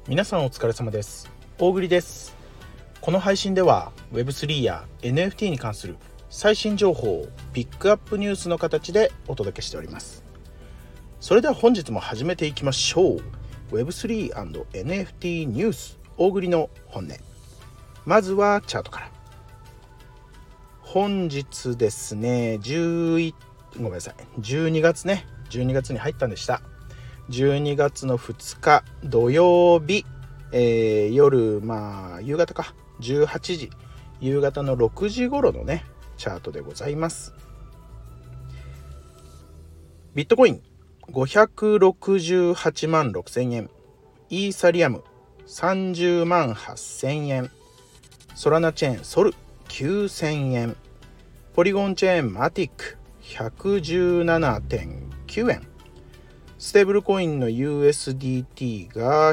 皆さんお疲れ様です。大栗です。この配信では Web3 や NFT に関する最新情報をピックアップニュースの形でお届けしております。それでは本日も始めていきましょう。 Web3&NFT ニュース大栗の本音。まずはチャートから。本日ですね、12月ね、12月に入ったんでした。12月の2日土曜日、夜夕方か18時夕方の6時頃のねチャートでございます。ビットコイン568万6000円、イーサリアム30万8000円、ソラナチェーンソル9000円、ポリゴンチェーンマティック 117.9 円、ステーブルコインの USDT が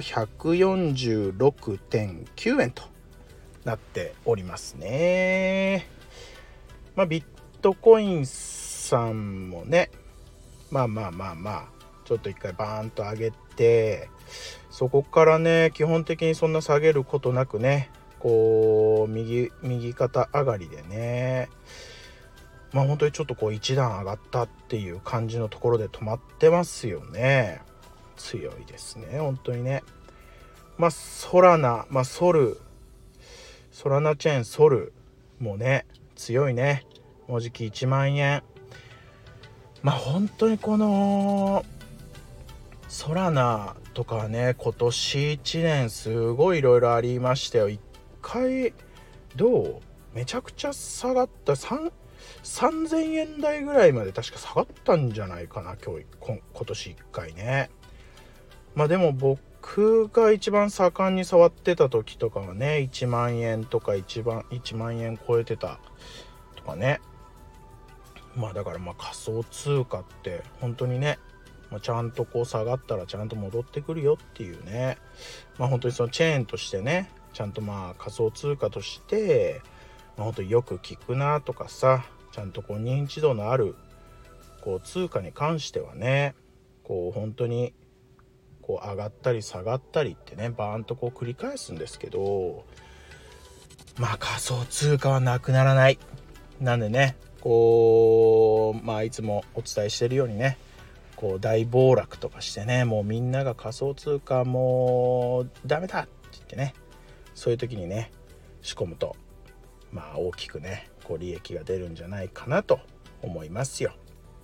146.9 円となっておりますね。ビットコインさんもね、ちょっと一回バーンと上げて、そこからね基本的にそんな下げることなくね、こう右肩上がりでね、本当にちょっと一段上がったっていう感じのところで止まってますよね。強いですね本当にね。ソラナチェーンソルもね強いね。もうじき1万円。本当にこのソラナとかはね、今年1年すごいいろいろありましたよ。一回めちゃくちゃ下がった3000円台ぐらいまで確か下がったんじゃないかな、今年1回ね。でも僕が一番盛んに触ってた時とかはね、1万円とか1万円超えてたとかね。だから仮想通貨って本当にね、ちゃんと下がったらちゃんと戻ってくるよっていうね。本当にそのチェーンとしてね、ちゃんと仮想通貨として本当によく聞くなとかさ、ちゃんと認知度のある通貨に関してはね、本当に上がったり下がったりってね、バーンと繰り返すんですけど、仮想通貨はなくならない。なんでね、いつもお伝えしてるようにね、大暴落とかしてね、もうみんなが仮想通貨もうダメだって言ってね、そういう時にね仕込むと大きくね利益が出るんじゃないかなと思いますよ。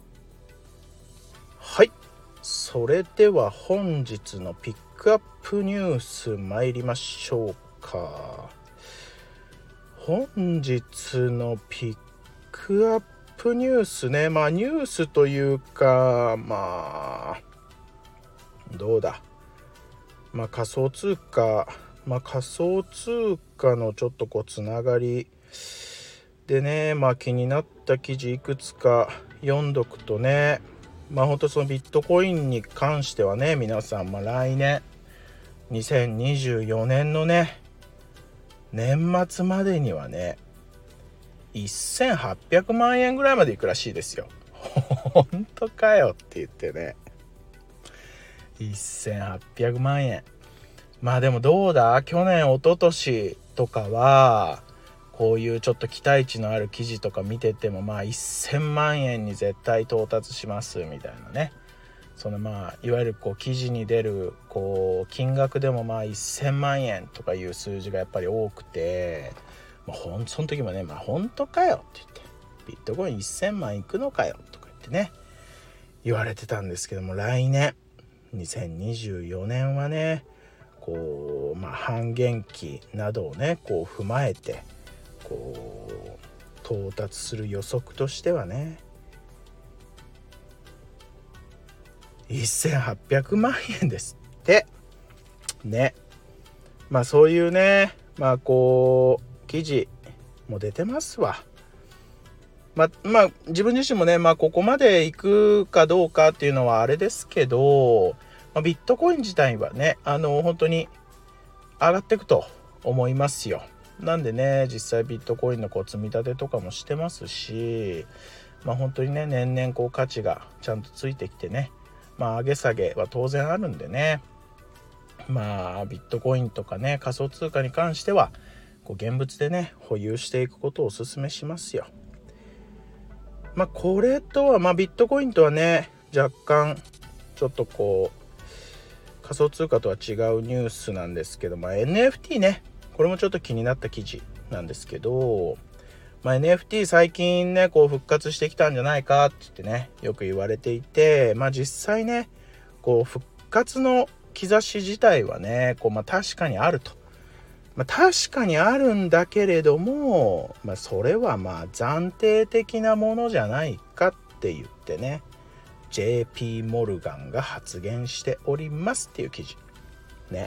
はい、それでは本日のピックアップニュース参りましょうか。本日のピックアップニュースね、ニュースというかどうだ、仮想通貨のちょっとつながりでね、気になった記事いくつか読んどくとね、本当そのビットコインに関してはね、皆さん来年2024年のね年末までにはね1800万円ぐらいまでいくらしいですよ。本当かよって言ってね、1800万円。でもどうだ、去年一昨年とかはこういうちょっと期待値のある記事とか見てても1000万円に絶対到達しますみたいなね、そのいわゆる記事に出る金額でも1000万円とかいう数字がやっぱり多くて、その時もね本当かよって言って、ビットコイン1000万いくのかよとか言ってね言われてたんですけども、来年2024年はね半減期などをね踏まえて到達する予測としてはね1800万円ですってね。そういうね記事も出てますわ。自分自身もねここまで行くかどうかっていうのはあれですけど、ビットコイン自体はね本当に上がっていくと思いますよ。なんでね、実際ビットコインの積み立てとかもしてますし、本当にね年々価値がちゃんとついてきてね、上げ下げは当然あるんでね、 まあビットコインとかね仮想通貨に関してはこう現物でね保有していくことをお勧めしますよ。まあこれとはビットコインとはね若干ちょっとこう仮想通貨とは違うニュースなんですけど、NFT ね、これもちょっと気になった記事なんですけど、NFT 最近ねこう復活してきたんじゃないかって言ってねよく言われていて、実際ねこう復活の兆し自体はねこう確かにあると、確かにあるんだけれども、それは暫定的なものじゃないかって言ってね JP モルガンが発言しておりますっていう記事ね。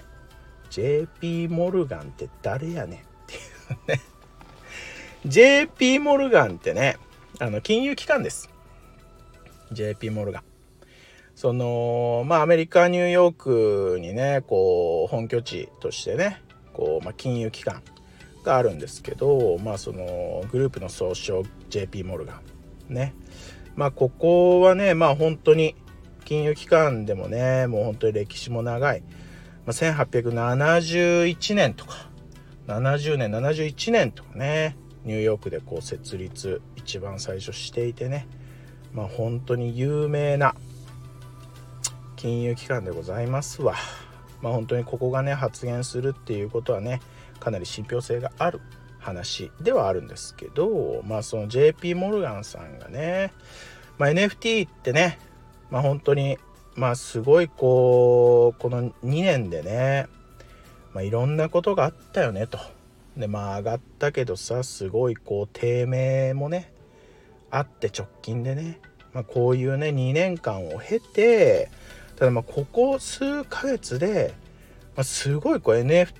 JP モルガンって誰やねんっていうねJP モルガンってね金融機関です。 JP モルガンそのアメリカニューヨークにねこう本拠地としてねこう、金融機関があるんですけど、そのグループの総称 JP モルガンね。ここはね本当に金融機関でもねもう本当に歴史も長い、1871年とか70年71年とかねニューヨークでこう設立一番最初していてね本当に有名な金融機関でございますわ。本当にここがね発言するっていうことはねかなり信憑性がある話ではあるんですけど、その JP モルガンさんがね、NFT ってね本当にすごいこの2年でねいろんなことがあったよねと。で上がったけどさすごいこう低迷もねあって直近でね、こういうね2年間を経てただここ数ヶ月で、すごいこう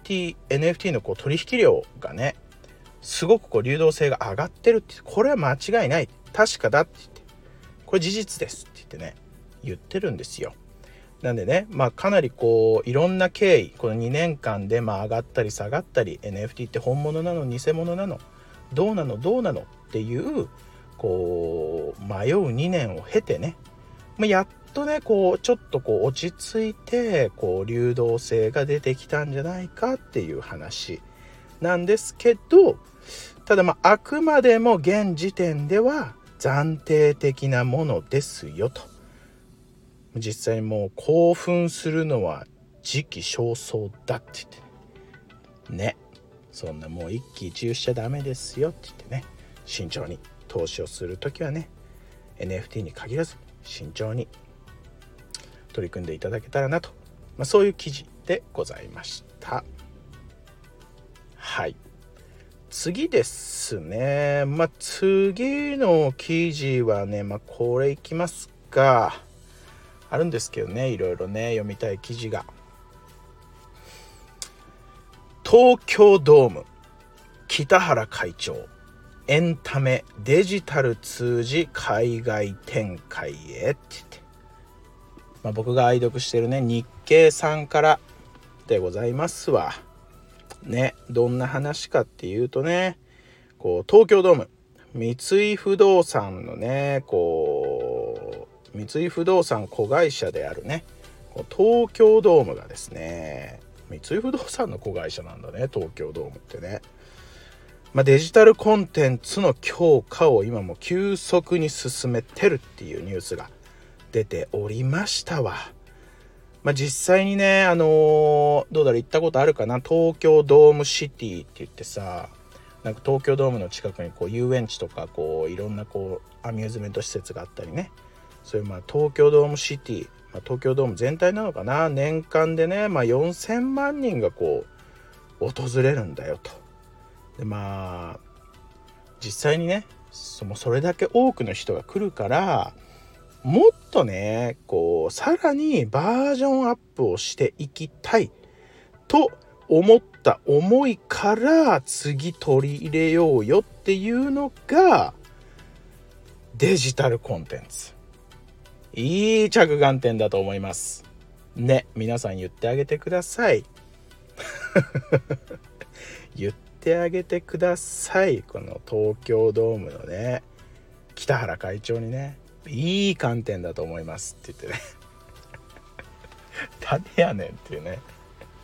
NFT のこう取引量がねすごくこう流動性が上がってるって、これは間違いない確かだって言ってこれ事実ですって言ってね言ってるんですよ。なんでねかなりこういろんな経緯この2年間で上がったり下がったり NFT って本物なの偽物なのどうなのっていうこう迷う2年を経てねやっとねこうちょっとこう落ち着いてこう流動性が出てきたんじゃないかっていう話なんですけど、ただあくまでも現時点では暫定的なものですよと。実際にもう興奮するのは時期尚早だって言ってね、そんなもう一喜一憂しちゃダメですよって言ってね慎重に投資をするときはね NFT に限らず慎重に取り組んでいただけたらなと、そういう記事でございました。はい、次ですね。次の記事はねこれいきますか。あるんですけどねいろいろね読みたい記事が。東京ドーム北原会長エンタメデジタル通じ海外展開へって言って、僕が愛読してるね日経さんからでございますわね。どんな話かっていうとねこう東京ドーム三井不動産のねこう三井不動産子会社であるね東京ドームがですね三井不動産の子会社なんだね東京ドームってね。デジタルコンテンツの強化を今も急速に進めてるっていうニュースが出ておりましたわ。実際にねどうだろう行ったことあるかな。東京ドームシティって言ってさなんか東京ドームの近くにこう遊園地とかこういろんなこうアミューズメント施設があったりね、そういう東京ドームシティ、東京ドーム全体なのかな年間でね4000万人がこう訪れるんだよと。で実際にねそれだけ多くの人が来るからもっとねこうさらにバージョンアップをしていきたいと思った思いから次取り入れようよっていうのがデジタルコンテンツ。いい着眼点だと思いますね。皆さん言ってあげてください言ってあげてください。この東京ドームのね北原会長にねいい観点だと思いますって言ってね誰やねんっていうね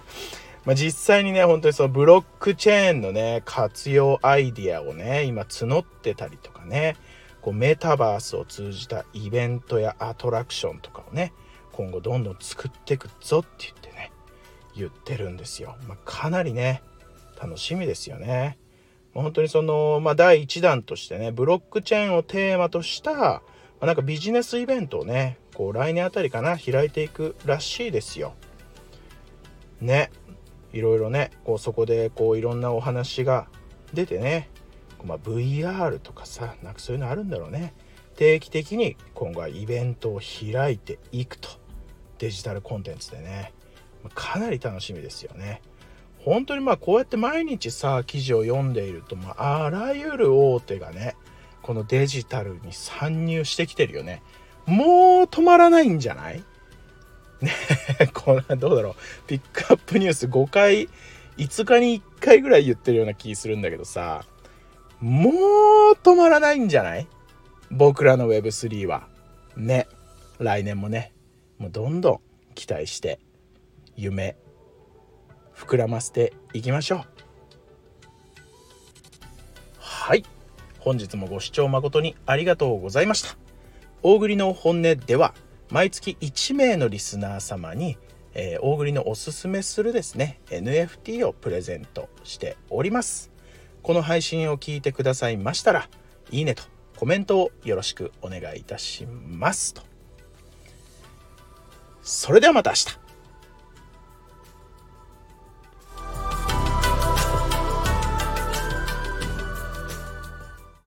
実際にね本当にそのブロックチェーンのね活用アイディアをね今募ってたりとかね、こうメタバースを通じたイベントやアトラクションとかをね今後どんどん作っていくぞって言ってるんですよ。かなりね楽しみですよね。本当にその、第1弾としてねブロックチェーンをテーマとした、なんかビジネスイベントをねこう来年あたりかな開いていくらしいですよね。いろいろねこうそこでこういろんなお話が出てね、VR とかさ、なんかそういうのあるんだろうね。定期的に今後はイベントを開いていくと、デジタルコンテンツでねかなり楽しみですよね。本当にこうやって毎日さ記事を読んでいると、あらゆる大手がねこのデジタルに参入してきてるよね。もう止まらないんじゃないね。これどうだろう、ピックアップニュース5回5日に1回ぐらい言ってるような気するんだけどさ、もう止まらないんじゃない、僕らの Web3 はね。来年もねもうどんどん期待して夢膨らませていきましょう。はい、本日もご視聴誠にありがとうございました。大栗の本音では毎月1名のリスナー様に、大栗のおすすめするですね NFT をプレゼントしております。この配信を聞いてくださいましたらいいねとコメントをよろしくお願いいたしますと。それではまた明日。